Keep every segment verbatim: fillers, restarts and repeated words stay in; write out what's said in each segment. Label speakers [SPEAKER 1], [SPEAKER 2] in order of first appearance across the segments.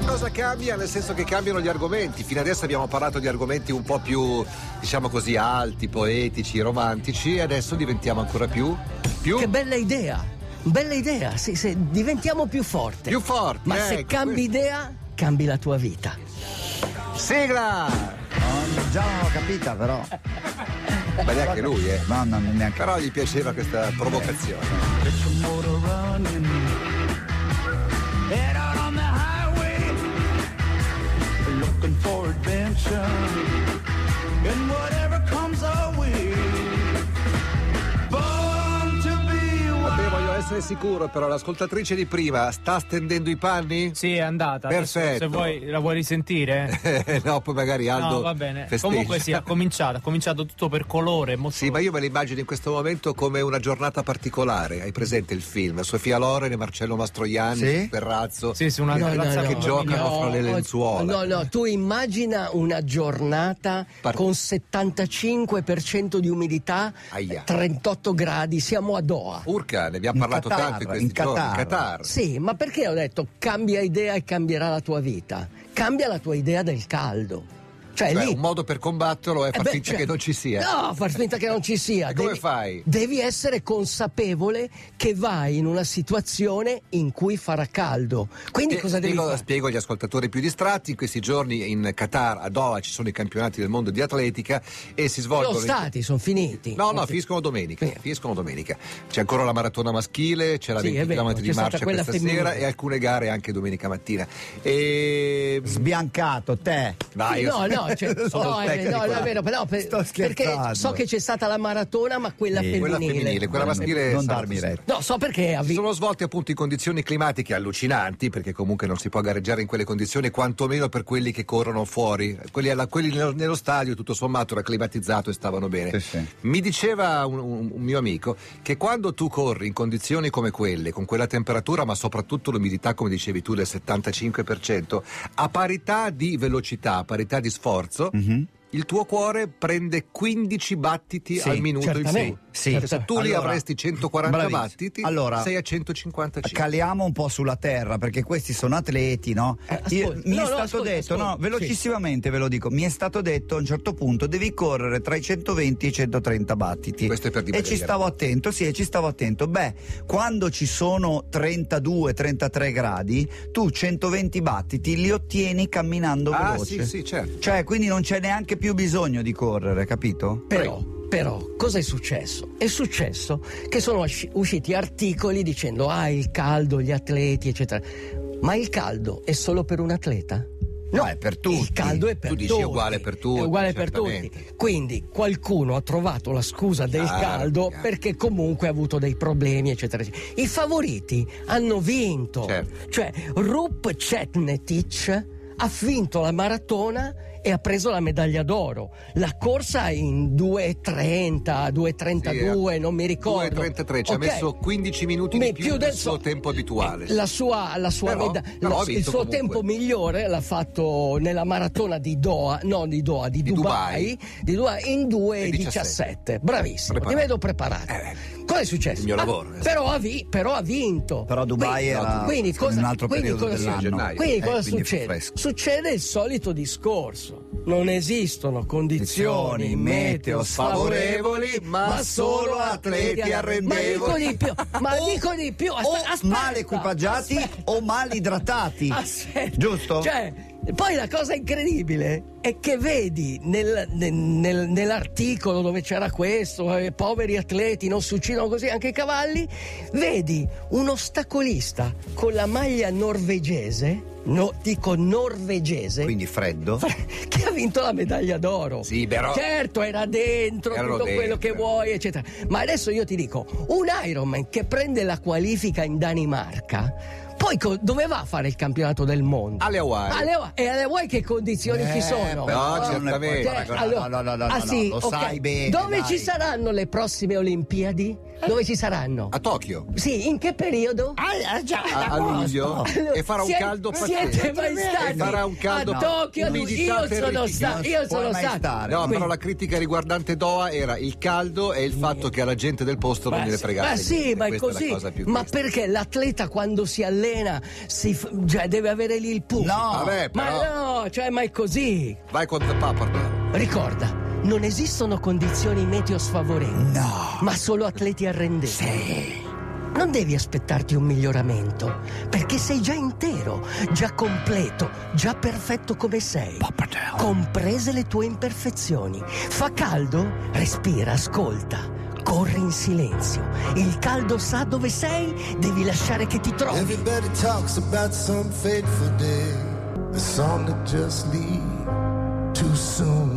[SPEAKER 1] cosa cambia? Nel senso che cambiano gli argomenti. Fino adesso abbiamo parlato di argomenti un po' più, diciamo così, alti, poetici, romantici, e adesso diventiamo ancora più più
[SPEAKER 2] Che bella idea! Bella idea, sì, sì, diventiamo più forti.
[SPEAKER 1] più forti.
[SPEAKER 2] Ma
[SPEAKER 1] ecco,
[SPEAKER 2] se cambi idea, cambi la tua vita.
[SPEAKER 1] sigla!
[SPEAKER 3] No, già non l'ho capita, però.
[SPEAKER 1] Ma neanche lui, eh.
[SPEAKER 3] No, no, neanche.
[SPEAKER 1] Però gli piaceva questa provocazione.
[SPEAKER 4] Head out on the highway, looking for adventure, and whatever comes our way. Born to be
[SPEAKER 1] Vabbè,
[SPEAKER 4] wild.
[SPEAKER 1] voglio essere sicuro, però l'ascoltatrice di prima sta stendendo i panni?
[SPEAKER 5] Sì, è andata. Adesso,
[SPEAKER 1] Perfetto.
[SPEAKER 5] se vuoi la vuoi risentire?
[SPEAKER 1] No, poi magari Aldo
[SPEAKER 5] No, va bene.
[SPEAKER 1] festeggia.
[SPEAKER 5] Comunque sì, ha cominciato, ha cominciato tutto per colore. Molto...
[SPEAKER 1] Sì, ma io me lo immagino in questo momento come una giornata particolare. Hai presente il film? Sofia Loren e Marcello Mastroianni,
[SPEAKER 3] Sì?
[SPEAKER 1] Ferrazzo,
[SPEAKER 5] Sì, sì, una
[SPEAKER 1] che,
[SPEAKER 5] no, no,
[SPEAKER 1] che
[SPEAKER 5] no,
[SPEAKER 1] giocano
[SPEAKER 2] no,
[SPEAKER 1] fra le
[SPEAKER 2] no,
[SPEAKER 1] lenzuola.
[SPEAKER 2] No, no, tu immagina una giornata
[SPEAKER 1] Par-
[SPEAKER 2] con settantacinque per cento di umidità,
[SPEAKER 1] Aia.
[SPEAKER 2] trentotto gradi, siamo a Doha.
[SPEAKER 1] Urca, ne abbiamo
[SPEAKER 3] In
[SPEAKER 1] parlato
[SPEAKER 3] Qatar,
[SPEAKER 1] tanto in questi
[SPEAKER 3] in
[SPEAKER 1] giorni.
[SPEAKER 3] Qatar.
[SPEAKER 1] Qatar.
[SPEAKER 2] Sì, ma perché ho detto cambia idea e cambierà la tua vita? Cambia la tua idea del caldo. Cioè,
[SPEAKER 1] Cioè,
[SPEAKER 2] lì
[SPEAKER 1] un modo per combatterlo è far
[SPEAKER 2] Eh beh,
[SPEAKER 1] finta
[SPEAKER 2] cioè,
[SPEAKER 1] che non ci sia.
[SPEAKER 2] No, far finta che non ci sia.
[SPEAKER 1] E come
[SPEAKER 2] Devi-
[SPEAKER 1] fai?
[SPEAKER 2] Devi essere consapevole che vai in una situazione in cui farà caldo. Quindi
[SPEAKER 1] Eh,
[SPEAKER 2] cosa devi
[SPEAKER 1] spiego,
[SPEAKER 2] fare?
[SPEAKER 1] spiego agli ascoltatori più distratti: in questi giorni in Qatar, a Doha, ci sono i campionati del mondo di atletica e si svolgono.
[SPEAKER 2] Sono stati, sono finiti.
[SPEAKER 1] No, no,
[SPEAKER 2] Ok.
[SPEAKER 1] finiscono domenica.
[SPEAKER 2] Sì.
[SPEAKER 1] Finiscono domenica. C'è ancora la maratona maschile, c'è la
[SPEAKER 2] Sì, è
[SPEAKER 1] venti
[SPEAKER 2] vero,
[SPEAKER 1] chilometri
[SPEAKER 2] c'è
[SPEAKER 1] di
[SPEAKER 2] stata
[SPEAKER 1] marcia
[SPEAKER 2] quella
[SPEAKER 1] questa
[SPEAKER 2] femminile.
[SPEAKER 1] sera e alcune gare anche domenica mattina. E
[SPEAKER 3] Sbiancato, te.
[SPEAKER 1] Dai, io
[SPEAKER 2] No, no, cioè,
[SPEAKER 1] sono
[SPEAKER 2] no,
[SPEAKER 1] il
[SPEAKER 2] è,
[SPEAKER 1] tecnico.
[SPEAKER 2] no, è vero, però per-
[SPEAKER 3] Sto
[SPEAKER 2] perché
[SPEAKER 3] scherzando.
[SPEAKER 2] so che c'è stata la maratona, ma quella
[SPEAKER 3] Sì,
[SPEAKER 2] femminile.
[SPEAKER 1] Quella femminile, quella maschile
[SPEAKER 3] Non
[SPEAKER 1] sabato
[SPEAKER 3] darmi
[SPEAKER 1] sera.
[SPEAKER 3] retta.
[SPEAKER 2] No, so perché ha
[SPEAKER 1] Si
[SPEAKER 2] vinto.
[SPEAKER 1] sono svolte appunto in condizioni climatiche allucinanti, perché comunque non si può gareggiare in quelle condizioni, quantomeno per quelli che corrono fuori. Quelli, alla- quelli nello, nello stadio, tutto sommato, era climatizzato e stavano bene.
[SPEAKER 3] Sì, sì.
[SPEAKER 1] Mi diceva un, un- un mio amico che quando tu corri in condizioni come quelle, con quella temperatura, ma soprattutto l'umidità, come dicevi tu, del settantacinque per cento, a parità di velocità, a parità di sforzo,
[SPEAKER 3] Mhm.
[SPEAKER 1] il tuo cuore prende quindici battiti
[SPEAKER 3] Sì,
[SPEAKER 1] al minuto in
[SPEAKER 2] certamente.
[SPEAKER 1] più.
[SPEAKER 3] Sì.
[SPEAKER 1] Cioè, se tu lì
[SPEAKER 3] Allora,
[SPEAKER 1] avresti centoquaranta
[SPEAKER 3] bravissimo.
[SPEAKER 1] battiti,
[SPEAKER 3] Allora,
[SPEAKER 1] sei a centocinquantacinque.
[SPEAKER 3] Caliamo un po' sulla terra, perché questi sono atleti, no?
[SPEAKER 2] Eh, ascolta.
[SPEAKER 3] Io- mi
[SPEAKER 2] No,
[SPEAKER 3] è
[SPEAKER 2] no,
[SPEAKER 3] stato
[SPEAKER 2] ascolta,
[SPEAKER 3] detto,
[SPEAKER 2] ascolta.
[SPEAKER 3] no, velocissimamente ve lo dico, mi è stato detto a un certo punto devi correre tra i centoventi e i centotrenta battiti.
[SPEAKER 1] Questo è per
[SPEAKER 3] E
[SPEAKER 1] dimagrire.
[SPEAKER 3] ci stavo attento, sì, e ci stavo attento. Beh, quando ci sono trentadue trentatré gradi, tu centoventi battiti li ottieni camminando
[SPEAKER 1] Ah,
[SPEAKER 3] veloce.
[SPEAKER 1] sì, sì, certo.
[SPEAKER 3] Cioè, quindi non c'è neanche più bisogno di correre, capito?
[SPEAKER 2] Però, però, cosa è successo? È successo che sono usci- usciti articoli dicendo ah, il caldo, gli atleti, eccetera. Ma il caldo è solo per un atleta?
[SPEAKER 3] No, è per tutti.
[SPEAKER 2] Il caldo è per
[SPEAKER 1] Tu dici
[SPEAKER 2] tutti.
[SPEAKER 1] è uguale per tutti,
[SPEAKER 2] È uguale per
[SPEAKER 1] certamente.
[SPEAKER 2] tutti. Quindi qualcuno ha trovato la scusa del
[SPEAKER 1] Chiaro,
[SPEAKER 2] caldo
[SPEAKER 1] chiaro.
[SPEAKER 2] perché comunque ha avuto dei problemi, eccetera, eccetera. I favoriti hanno vinto.
[SPEAKER 1] Certo.
[SPEAKER 2] Cioè, Rup Cetnetic ha vinto la maratona e ha preso la medaglia d'oro. La corsa in due e trenta, due e trentadue,
[SPEAKER 1] Sì,
[SPEAKER 2] non mi ricordo.
[SPEAKER 1] due e trentatré, ci ha
[SPEAKER 2] Ok.
[SPEAKER 1] messo quindici minuti
[SPEAKER 2] Me-
[SPEAKER 1] di più, del
[SPEAKER 2] del
[SPEAKER 1] suo
[SPEAKER 2] suo-
[SPEAKER 1] tempo abituale.
[SPEAKER 2] La sua, la sua
[SPEAKER 1] Però-
[SPEAKER 2] meda-
[SPEAKER 1] però
[SPEAKER 2] lo-
[SPEAKER 1] ha vinto
[SPEAKER 2] il suo
[SPEAKER 1] comunque.
[SPEAKER 2] tempo migliore l'ha fatto nella maratona di Doha, no di Doha, di,
[SPEAKER 1] Di
[SPEAKER 2] Dubai, di Dubai in due e diciassette. Bravissimo,
[SPEAKER 1] Preparato.
[SPEAKER 2] ti vedo preparato.
[SPEAKER 1] Eh,
[SPEAKER 2] Cosa è successo?
[SPEAKER 1] il mio
[SPEAKER 2] Ah,
[SPEAKER 1] lavoro, eh.
[SPEAKER 2] però, ha vi- però ha vinto.
[SPEAKER 3] Però Dubai
[SPEAKER 2] Quindi-
[SPEAKER 3] era
[SPEAKER 2] quindi
[SPEAKER 3] in
[SPEAKER 2] cosa-
[SPEAKER 3] un altro
[SPEAKER 2] quindi
[SPEAKER 3] periodo
[SPEAKER 2] cosa
[SPEAKER 3] dell'anno.
[SPEAKER 2] succede?
[SPEAKER 1] Gennaio.
[SPEAKER 2] Quindi
[SPEAKER 3] Eh,
[SPEAKER 2] cosa
[SPEAKER 3] quindi
[SPEAKER 2] succede?
[SPEAKER 3] fresco.
[SPEAKER 2] Succede il solito discorso. Non esistono condizioni
[SPEAKER 3] Condizioni
[SPEAKER 2] meteo sfavorevoli, ma solo atleti arrendevoli. Ma dico di più, ma
[SPEAKER 3] O-
[SPEAKER 2] dico di più.
[SPEAKER 3] o
[SPEAKER 2] Aspetta, aspetta,
[SPEAKER 3] mal equipaggiati
[SPEAKER 2] aspetta.
[SPEAKER 3] o mal idratati.
[SPEAKER 2] Aspetta.
[SPEAKER 3] Giusto?
[SPEAKER 2] Cioè, poi la cosa incredibile è che vedi nel- nel- nel- nell'articolo dove c'era questo, eh, poveri atleti non si uccidono così, anche i cavalli, vedi un ostacolista con la maglia norvegese, no, dico norvegese,
[SPEAKER 3] Quindi freddo.
[SPEAKER 2] che ha vinto la medaglia d'oro.
[SPEAKER 1] Sì, però-
[SPEAKER 2] Certo, era dentro
[SPEAKER 1] Erano
[SPEAKER 2] tutto quello
[SPEAKER 1] dentro.
[SPEAKER 2] che vuoi, eccetera. Ma adesso io ti dico, un Ironman che prende la qualifica in Danimarca, poi co- dove va a fare il campionato del mondo?
[SPEAKER 1] Alle Hawaii.
[SPEAKER 2] Alle Hawaii. E alle Hawaii che condizioni
[SPEAKER 3] Eh,
[SPEAKER 2] ci sono?
[SPEAKER 3] però
[SPEAKER 1] No,
[SPEAKER 3] non è
[SPEAKER 1] certamente.
[SPEAKER 3] poi-
[SPEAKER 2] Cioè,
[SPEAKER 3] no,
[SPEAKER 2] allora-
[SPEAKER 3] no, no, no,
[SPEAKER 2] ah,
[SPEAKER 3] no,
[SPEAKER 2] sì,
[SPEAKER 3] lo
[SPEAKER 2] ok.
[SPEAKER 3] sai bene.
[SPEAKER 2] Dove
[SPEAKER 3] dai.
[SPEAKER 2] ci saranno le prossime Olimpiadi? Dove ci saranno?
[SPEAKER 1] A Tokyo.
[SPEAKER 2] Sì, in che periodo?
[SPEAKER 6] Ah, già,
[SPEAKER 1] A, a luglio e farà un
[SPEAKER 2] Siete-
[SPEAKER 1] caldo
[SPEAKER 2] Siete
[SPEAKER 1] pazzesco.
[SPEAKER 2] mai stati
[SPEAKER 1] E farà un caldo
[SPEAKER 2] a Tokyo?
[SPEAKER 1] umidità
[SPEAKER 2] Io sono
[SPEAKER 1] terrificante.
[SPEAKER 2] stato, io
[SPEAKER 3] Non
[SPEAKER 2] sono
[SPEAKER 3] puoi mai
[SPEAKER 2] stato.
[SPEAKER 3] stare.
[SPEAKER 1] No,
[SPEAKER 2] Quindi-
[SPEAKER 1] però la critica riguardante Doha era il caldo e il fatto che alla gente del posto non
[SPEAKER 2] Ma
[SPEAKER 1] gliene
[SPEAKER 2] sì,
[SPEAKER 1] fregasse
[SPEAKER 2] ma sì,
[SPEAKER 1] niente.
[SPEAKER 2] ma è
[SPEAKER 1] Questa
[SPEAKER 2] così.
[SPEAKER 1] la cosa più
[SPEAKER 2] Ma
[SPEAKER 1] triste.
[SPEAKER 2] perché l'atleta quando si allena si f- cioè, deve avere lì il pubblico?
[SPEAKER 3] No,
[SPEAKER 1] Vabbè, però
[SPEAKER 2] Ma no, cioè, ma è così.
[SPEAKER 1] vai con The Papa.
[SPEAKER 2] Ricorda, non esistono condizioni meteo sfavorevoli.
[SPEAKER 3] No.
[SPEAKER 2] Ma solo atleti arrendenti. Sì. Non devi aspettarti un miglioramento, perché sei già intero, già completo, già perfetto come sei. Comprese le tue imperfezioni. Fa caldo? Respira, ascolta. Corri in silenzio. Il caldo sa dove sei, devi lasciare che ti trovi.
[SPEAKER 7] Everybody talks about some fateful day, a song that just leaves too soon.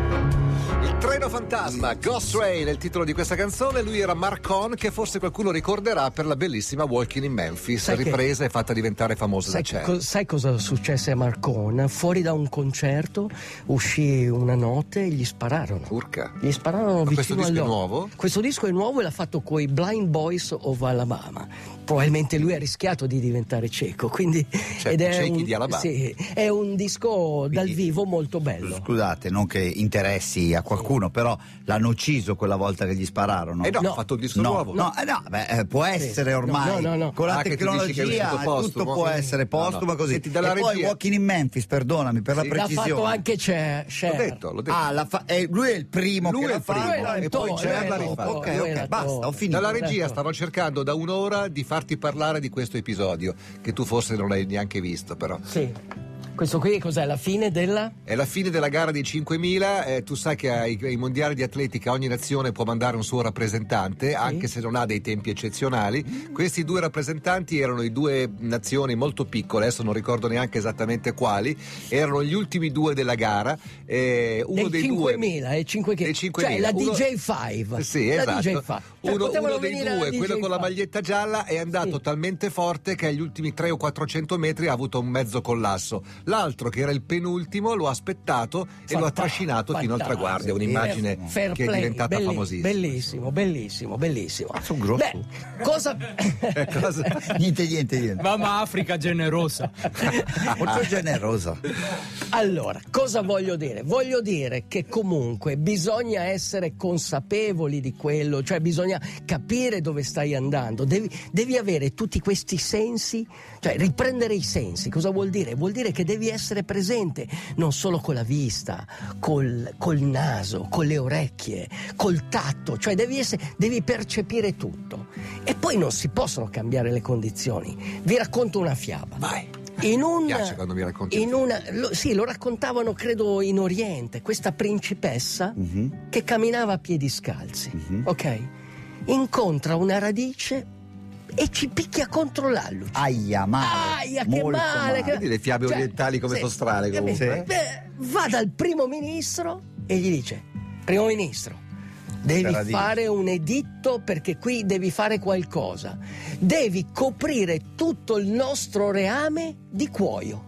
[SPEAKER 1] Il treno fantasma, Ghost Train è il titolo di questa canzone. Lui era Marcon, che forse qualcuno ricorderà per la bellissima Walking in Memphis,
[SPEAKER 2] Sai che-
[SPEAKER 1] ripresa e fatta diventare famosa
[SPEAKER 2] Sai,
[SPEAKER 1] da Cher.
[SPEAKER 2] co- sai cosa successe a Marcon? Fuori da un concerto uscì una notte e gli spararono.
[SPEAKER 1] Urca.
[SPEAKER 2] Gli spararono
[SPEAKER 1] Ma questo
[SPEAKER 2] vicino
[SPEAKER 1] disco è
[SPEAKER 2] all'occhio.
[SPEAKER 1] nuovo?
[SPEAKER 2] Questo disco è nuovo e l'ha fatto coi Blind Boys of Alabama. Probabilmente lui ha rischiato di diventare cieco, quindi
[SPEAKER 1] Certo, ciechi
[SPEAKER 2] un,
[SPEAKER 1] di Alabama.
[SPEAKER 2] sì, è un disco dal
[SPEAKER 3] Quindi-
[SPEAKER 2] vivo molto bello.
[SPEAKER 3] Scusate, non che interessi a qualcuno, però l'hanno ucciso quella volta che gli spararono.
[SPEAKER 1] Eh no,
[SPEAKER 2] No.
[SPEAKER 1] ha fatto un disco
[SPEAKER 3] No,
[SPEAKER 1] nuovo.
[SPEAKER 3] no, eh no, beh, eh, può essere ormai
[SPEAKER 2] No, no, no.
[SPEAKER 3] con la
[SPEAKER 1] Ah, che tu dici che è
[SPEAKER 3] tecnologia
[SPEAKER 1] uscito postumo?
[SPEAKER 3] tutto può essere
[SPEAKER 1] No, no.
[SPEAKER 3] postumo così.
[SPEAKER 1] Senti, dalla
[SPEAKER 3] e poi
[SPEAKER 1] regia-
[SPEAKER 3] Walking in Memphis, perdonami per
[SPEAKER 1] Sì.
[SPEAKER 3] la
[SPEAKER 2] L'ha
[SPEAKER 3] precisione.
[SPEAKER 2] fatto anche Cher.
[SPEAKER 1] L'ho
[SPEAKER 2] Cher.
[SPEAKER 1] detto, l'ho detto.
[SPEAKER 3] Ah, la fa- eh, lui è il primo
[SPEAKER 1] Lui
[SPEAKER 3] che
[SPEAKER 1] è
[SPEAKER 3] l'ha
[SPEAKER 1] il primo,
[SPEAKER 3] fatto
[SPEAKER 2] Lui era
[SPEAKER 1] e
[SPEAKER 2] il
[SPEAKER 1] poi
[SPEAKER 2] to-
[SPEAKER 1] Cher
[SPEAKER 2] lui
[SPEAKER 1] l'ha
[SPEAKER 2] era il
[SPEAKER 1] rifatto.
[SPEAKER 2] to-
[SPEAKER 3] Ok,
[SPEAKER 2] lui
[SPEAKER 3] ok,
[SPEAKER 2] era il
[SPEAKER 3] basta,
[SPEAKER 2] to-
[SPEAKER 3] ho finito.
[SPEAKER 1] Dalla
[SPEAKER 2] Certo.
[SPEAKER 1] regia stavano cercando da un'ora di farti parlare di questo episodio, che tu forse non hai neanche visto, però.
[SPEAKER 2] Sì. Questo qui cos'è? La fine della?
[SPEAKER 1] È la fine della gara dei cinquemila, eh, tu sai che ai, ai mondiali di atletica ogni nazione può mandare un suo rappresentante, anche se non ha dei tempi eccezionali. Questi due rappresentanti erano di due nazioni molto piccole, adesso non ricordo neanche esattamente quali, erano gli ultimi due della gara. Eh, uno
[SPEAKER 2] Del
[SPEAKER 1] dei
[SPEAKER 2] cinquemila,
[SPEAKER 1] due
[SPEAKER 2] e cinque che-
[SPEAKER 1] dei cinquemila.
[SPEAKER 2] cioè la
[SPEAKER 1] Uno-
[SPEAKER 2] D J cinque.
[SPEAKER 1] Sì,
[SPEAKER 2] La
[SPEAKER 1] esatto.
[SPEAKER 2] D J cinque. Cioè,
[SPEAKER 1] Uno,
[SPEAKER 2] potevano
[SPEAKER 1] uno dei
[SPEAKER 2] venire alla
[SPEAKER 1] due, quello
[SPEAKER 2] D J
[SPEAKER 1] con la
[SPEAKER 2] cinque.
[SPEAKER 1] maglietta gialla, è andato
[SPEAKER 2] Sì.
[SPEAKER 1] talmente forte che agli ultimi trecento o quattrocento metri ha avuto un mezzo collasso. L'altro, che era il penultimo, lo ha aspettato e lo ha
[SPEAKER 2] Fanta-
[SPEAKER 1] trascinato fino al
[SPEAKER 2] fantastico.
[SPEAKER 1] traguardo. È un'immagine
[SPEAKER 2] Fair
[SPEAKER 1] che è
[SPEAKER 2] play,
[SPEAKER 1] diventata
[SPEAKER 2] belli-
[SPEAKER 1] famosissima.
[SPEAKER 2] Bellissimo, bellissimo, bellissimo.
[SPEAKER 3] sono grosso.
[SPEAKER 2] Beh, cosa...
[SPEAKER 1] Cosa-
[SPEAKER 3] niente, niente, niente.
[SPEAKER 5] Mamma Africa generosa.
[SPEAKER 3] Molto generosa.
[SPEAKER 2] Allora, cosa voglio dire? Voglio dire che comunque bisogna essere consapevoli di quello, cioè bisogna capire dove stai andando, devi, devi avere tutti questi sensi, cioè riprendere i sensi. Cosa vuol dire? Vuol dire che devi essere presente non solo con la vista, col, col naso, con le orecchie, col tatto, cioè devi, essere, devi percepire tutto. E poi non si possono cambiare le condizioni. Vi racconto una fiaba.
[SPEAKER 1] Vai.
[SPEAKER 2] In un,
[SPEAKER 1] Mi piace quando mi racconti
[SPEAKER 2] in una, lo, sì, lo raccontavano credo in Oriente, questa principessa
[SPEAKER 3] Mhm.
[SPEAKER 2] che camminava a piedi scalzi,
[SPEAKER 3] Mhm.
[SPEAKER 2] ok? Incontra una radice e ci picchia contro l'alluce.
[SPEAKER 3] Aia, male.
[SPEAKER 2] Aia, che
[SPEAKER 3] molto
[SPEAKER 2] male! che-
[SPEAKER 1] Vedi le fiabe orientali come sono strane,
[SPEAKER 2] capito?
[SPEAKER 1] comunque.
[SPEAKER 2] Beh, va dal primo ministro e gli dice: primo ministro, devi
[SPEAKER 3] Per radice.
[SPEAKER 2] fare un editto perché qui devi fare qualcosa. Devi coprire tutto il nostro reame di cuoio,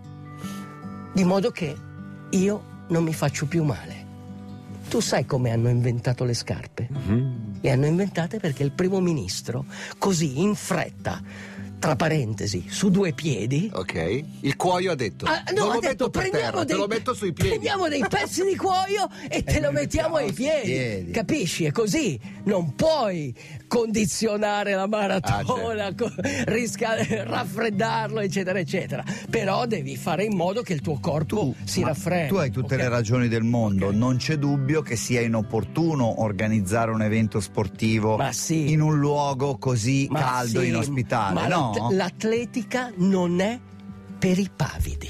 [SPEAKER 2] di modo che io non mi faccio più male. Tu sai come hanno inventato le scarpe? Le hanno inventate perché il primo ministro, così in fretta, tra parentesi, su due piedi,
[SPEAKER 1] Ok. Il cuoio ha detto:
[SPEAKER 2] ah, no,
[SPEAKER 1] non
[SPEAKER 2] ha
[SPEAKER 1] lo
[SPEAKER 2] detto,
[SPEAKER 1] metto per
[SPEAKER 2] prendiamo
[SPEAKER 1] terra, te
[SPEAKER 2] dei,
[SPEAKER 1] lo metto sui piedi.
[SPEAKER 2] prendiamo dei pezzi di cuoio e te lo mettiamo ai piedi.
[SPEAKER 3] piedi.
[SPEAKER 2] Capisci? È così. Non puoi condizionare la maratona,
[SPEAKER 1] Ah, certo.
[SPEAKER 2] co- risca- raffreddarlo, eccetera, eccetera. Però devi fare in modo che il tuo corpo si
[SPEAKER 3] Ma
[SPEAKER 2] raffreddi.
[SPEAKER 3] Tu hai tutte
[SPEAKER 2] ok?
[SPEAKER 3] le ragioni del mondo,
[SPEAKER 2] Ok.
[SPEAKER 3] non c'è dubbio che sia inopportuno organizzare un evento sportivo
[SPEAKER 2] Ma sì.
[SPEAKER 3] in un luogo così
[SPEAKER 2] Ma
[SPEAKER 3] caldo e
[SPEAKER 2] sì,
[SPEAKER 3] inospitale,
[SPEAKER 2] ma
[SPEAKER 3] no?
[SPEAKER 2] l'at- l'atletica non è per i pavidi.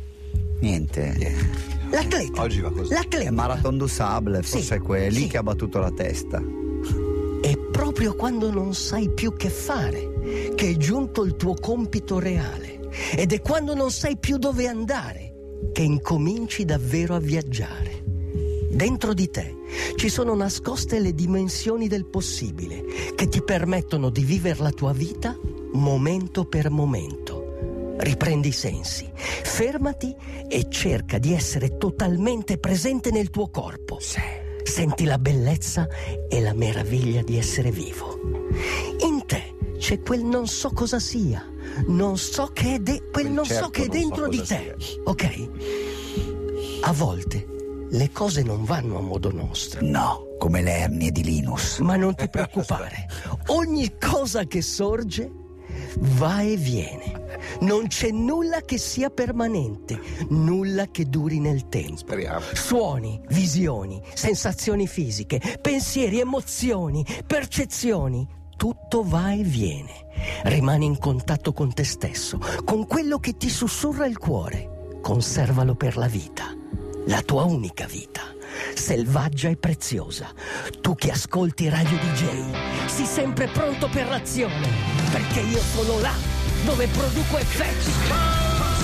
[SPEAKER 3] Niente.
[SPEAKER 2] L'atletica.
[SPEAKER 1] Oggi va così.
[SPEAKER 3] È
[SPEAKER 2] L'atletica.
[SPEAKER 3] Marathon du Sable, forse
[SPEAKER 2] Sì,
[SPEAKER 3] è quella lì
[SPEAKER 2] sì.
[SPEAKER 3] che ha battuto la testa.
[SPEAKER 2] È proprio quando non sai più che fare che è giunto il tuo compito reale. Ed è quando non sai più dove andare che incominci davvero a viaggiare. Dentro di te ci sono nascoste le dimensioni del possibile che ti permettono di vivere la tua vita momento per momento. Riprendi i sensi, fermati e cerca di essere totalmente presente nel tuo corpo. Senti la bellezza e la meraviglia di essere vivo. In te c'è quel non so cosa sia, non so che è de- quel
[SPEAKER 1] Quel
[SPEAKER 2] non
[SPEAKER 1] certo
[SPEAKER 2] so che è
[SPEAKER 1] non so
[SPEAKER 2] dentro di
[SPEAKER 1] cosa
[SPEAKER 2] te, ok? A volte le cose non vanno a modo nostro.
[SPEAKER 3] No, come le ernie di Linus.
[SPEAKER 2] Ma non ti preoccupare, ogni cosa che sorge va e viene. Non c'è nulla che sia permanente, nulla che duri nel tempo.
[SPEAKER 1] Speriamo.
[SPEAKER 2] Suoni, visioni, sensazioni fisiche, pensieri, emozioni, percezioni, tutto va e viene. Rimani in contatto con te stesso, con quello che ti sussurra il cuore. Conservalo per la vita, la tua unica vita, selvaggia e preziosa. Tu che ascolti Radio D J, sii sempre pronto per l'azione, perché io sono là dove produco effetti.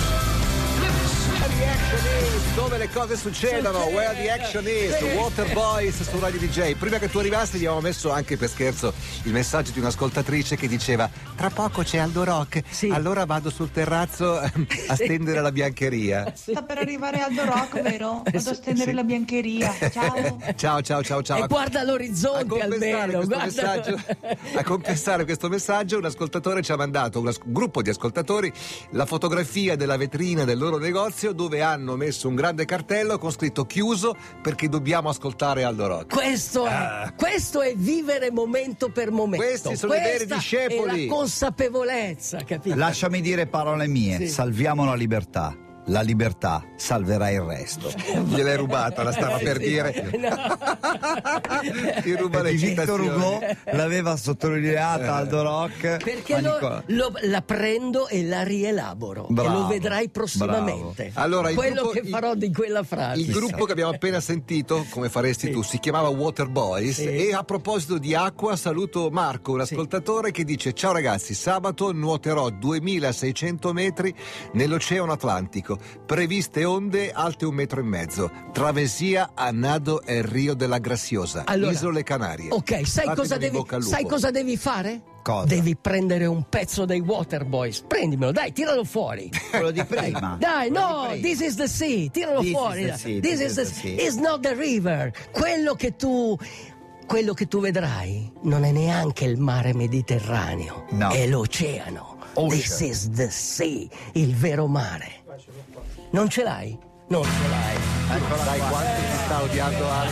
[SPEAKER 1] The action is dove le cose succedono, where the action is, Water Boys su Radio D J. Prima che tu arrivassi abbiamo messo anche per scherzo il messaggio di un'ascoltatrice che diceva: tra poco c'è Aldo Rock,
[SPEAKER 2] Sì.
[SPEAKER 1] allora vado sul terrazzo a stendere la biancheria.
[SPEAKER 6] Sta per arrivare Aldo Rock, vero? Vado a stendere
[SPEAKER 2] Sì.
[SPEAKER 6] la biancheria. Ciao.
[SPEAKER 1] Ciao ciao ciao ciao.
[SPEAKER 2] E guarda
[SPEAKER 1] A
[SPEAKER 2] l'orizzonte
[SPEAKER 1] compensare,
[SPEAKER 2] almeno,
[SPEAKER 1] questo
[SPEAKER 2] guarda.
[SPEAKER 1] messaggio, a compensare questo messaggio, un ascoltatore ci ha mandato, un as- gruppo di ascoltatori, la fotografia della vetrina del loro negozio dove hanno messo un grande cartello con scritto chiuso perché dobbiamo ascoltare Aldo Rock.
[SPEAKER 2] Questo è,
[SPEAKER 1] Ah.
[SPEAKER 2] questo è vivere momento per momento.
[SPEAKER 1] Questi sono i veri
[SPEAKER 2] Questa
[SPEAKER 1] discepoli.
[SPEAKER 2] È la consapevolezza, capito?
[SPEAKER 3] Lasciami dire parole mie,
[SPEAKER 2] Sì.
[SPEAKER 3] salviamo la libertà. La libertà salverà il resto.
[SPEAKER 1] Gliel'hai rubata, la stava per
[SPEAKER 2] Sì.
[SPEAKER 1] dire.
[SPEAKER 2] No.
[SPEAKER 1] Ti ruba le
[SPEAKER 3] Perché Victor
[SPEAKER 1] citazioni.
[SPEAKER 3] Hugo l'aveva sottolineata Aldo Rock.
[SPEAKER 2] Perché
[SPEAKER 3] ma
[SPEAKER 2] lo-
[SPEAKER 3] Nicola-
[SPEAKER 2] lo- la prendo e la rielaboro
[SPEAKER 3] Bravo,
[SPEAKER 2] e lo vedrai prossimamente.
[SPEAKER 1] bravo. Allora, il
[SPEAKER 2] quello
[SPEAKER 1] gruppo-
[SPEAKER 2] che farò di quella frase.
[SPEAKER 1] Il gruppo che abbiamo appena sentito, come faresti
[SPEAKER 2] Sì.
[SPEAKER 1] tu, si chiamava Water Boys.
[SPEAKER 2] Sì.
[SPEAKER 1] E a proposito di acqua, saluto Marco, un
[SPEAKER 2] Sì.
[SPEAKER 1] ascoltatore che dice: ciao ragazzi, sabato nuoterò duemilaseicento metri nell'Oceano Atlantico. Previste onde alte un metro e mezzo. Travesía a Nado e Rio della Graziosa,
[SPEAKER 2] Allora,
[SPEAKER 1] Isole Canarie.
[SPEAKER 2] Ok, sai
[SPEAKER 1] Fatemi
[SPEAKER 2] cosa,
[SPEAKER 1] in
[SPEAKER 2] devi,
[SPEAKER 1] bocca al lupo.
[SPEAKER 2] sai cosa devi fare?
[SPEAKER 3] Cosa?
[SPEAKER 2] Devi prendere un pezzo dei Water Boys. Prendimelo, dai, tiralo fuori.
[SPEAKER 3] Quello di prima.
[SPEAKER 2] Dai,
[SPEAKER 3] Quello
[SPEAKER 2] no,
[SPEAKER 3] di prima.
[SPEAKER 2] this is the sea, tiralo
[SPEAKER 3] This is
[SPEAKER 2] fuori.
[SPEAKER 3] the sea,
[SPEAKER 2] This
[SPEAKER 3] this
[SPEAKER 2] is the
[SPEAKER 3] is the sea.
[SPEAKER 2] It's not the river. Quello che tu quello che tu vedrai non è neanche il mare Mediterraneo,
[SPEAKER 3] No.
[SPEAKER 2] è l'oceano.
[SPEAKER 3] Ocean.
[SPEAKER 2] This is the sea, il vero mare. Non ce l'hai? Non ce l'hai.
[SPEAKER 3] Eccola
[SPEAKER 1] Sai
[SPEAKER 3] qua.
[SPEAKER 1] quanto ti sta odiando Alex?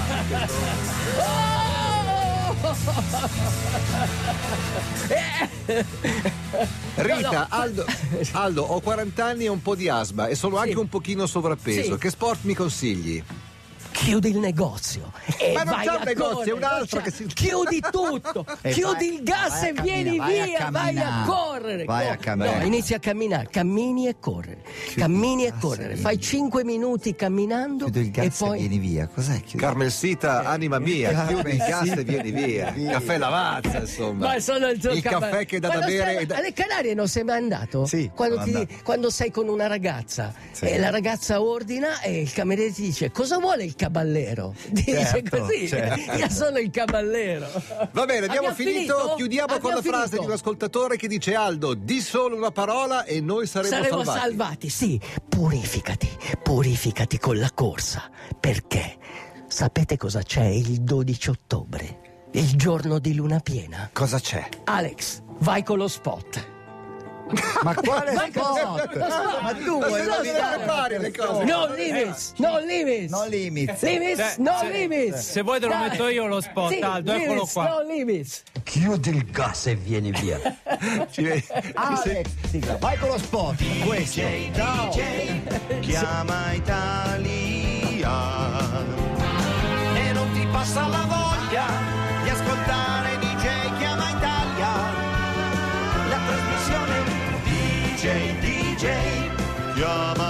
[SPEAKER 1] Rita,
[SPEAKER 2] No, no.
[SPEAKER 1] Aldo, Aldo, ho quaranta anni e un po' di asma e sono anche
[SPEAKER 2] Sì.
[SPEAKER 1] un pochino sovrappeso.
[SPEAKER 2] Sì.
[SPEAKER 1] Che sport mi consigli?
[SPEAKER 2] Chiudi il negozio e
[SPEAKER 1] Ma non
[SPEAKER 2] vai
[SPEAKER 1] c'è un
[SPEAKER 2] a
[SPEAKER 1] negozio,
[SPEAKER 2] correre,
[SPEAKER 1] è un altro
[SPEAKER 2] non c'è-
[SPEAKER 1] che si-
[SPEAKER 2] chiudi tutto,
[SPEAKER 3] E
[SPEAKER 2] chiudi
[SPEAKER 3] vai-
[SPEAKER 2] il gas
[SPEAKER 3] vai a
[SPEAKER 2] e vieni
[SPEAKER 3] camminare, vai a
[SPEAKER 2] via, vai a
[SPEAKER 3] camminare.
[SPEAKER 2] correre.
[SPEAKER 3] Vai a
[SPEAKER 2] Co-
[SPEAKER 3] camminare.
[SPEAKER 2] No, inizi a camminare, cammini e correre, cammini e
[SPEAKER 3] gas e
[SPEAKER 2] correre,
[SPEAKER 3] vieni
[SPEAKER 2] fai
[SPEAKER 3] via.
[SPEAKER 2] cinque minuti camminando
[SPEAKER 3] Chiudo il
[SPEAKER 2] e
[SPEAKER 3] gas e
[SPEAKER 2] poi
[SPEAKER 3] vieni via. Cos'è? Chiudo-
[SPEAKER 1] Carmelsita, anima mia,
[SPEAKER 3] Carmen,
[SPEAKER 1] chiudi il gas
[SPEAKER 3] sì.
[SPEAKER 1] e vieni via. Caffè Lavazza, insomma.
[SPEAKER 2] Ma sono il tuo
[SPEAKER 1] il
[SPEAKER 2] capa-
[SPEAKER 1] caffè che dà da
[SPEAKER 2] Quando
[SPEAKER 1] bere.
[SPEAKER 2] stai-
[SPEAKER 1] e da-
[SPEAKER 2] Alle Canarie non sei mai andato?
[SPEAKER 3] Sì,
[SPEAKER 2] Quando,
[SPEAKER 3] sono
[SPEAKER 2] ti-
[SPEAKER 3] andato.
[SPEAKER 2] quando sei con una ragazza
[SPEAKER 3] Sì.
[SPEAKER 2] e la ragazza ordina e il cameriere ti dice: cosa vuole il caballero? Dice
[SPEAKER 3] Certo,
[SPEAKER 2] così,
[SPEAKER 3] certo.
[SPEAKER 2] io sono il caballero.
[SPEAKER 1] Va bene, abbiamo,
[SPEAKER 2] Abbiamo
[SPEAKER 1] finito.
[SPEAKER 2] finito?
[SPEAKER 1] Chiudiamo con la
[SPEAKER 2] Abbiamo
[SPEAKER 1] frase
[SPEAKER 2] finito.
[SPEAKER 1] di un ascoltatore che dice: Aldo, di solo una parola e noi saremo,
[SPEAKER 2] Saremo
[SPEAKER 1] salvati.
[SPEAKER 2] salvati, sì. Purificati, purificati con la corsa. Perché? Sapete cosa c'è il dodici ottobre? Il giorno di luna piena.
[SPEAKER 3] Cosa c'è?
[SPEAKER 2] Alex, vai con lo spot.
[SPEAKER 3] Ma quale
[SPEAKER 2] Vai con lo
[SPEAKER 3] spot?
[SPEAKER 2] spot. Lo spot.
[SPEAKER 3] Ma tu vuoi
[SPEAKER 2] Lo spot.
[SPEAKER 3] nominare
[SPEAKER 1] Pari le cose.
[SPEAKER 2] No limits, no limits.
[SPEAKER 3] No limits.
[SPEAKER 2] Limits,
[SPEAKER 5] Eh,
[SPEAKER 2] no
[SPEAKER 5] se-
[SPEAKER 2] limits.
[SPEAKER 5] se vuoi te lo
[SPEAKER 2] Dai.
[SPEAKER 5] metto io lo spot,
[SPEAKER 2] Sì,
[SPEAKER 5] Aldo, eccolo
[SPEAKER 2] limits,
[SPEAKER 5] qua.
[SPEAKER 2] No limits.
[SPEAKER 8] Chiudi il gas e vieni via.
[SPEAKER 1] Ci-
[SPEAKER 3] Alex, sigla, vai con lo spot. Questo. Ciao.
[SPEAKER 4] Chiama Italia e non ti passa la voglia di ascoltare D J Chiama Italia, la trasmissione D J D J Chiama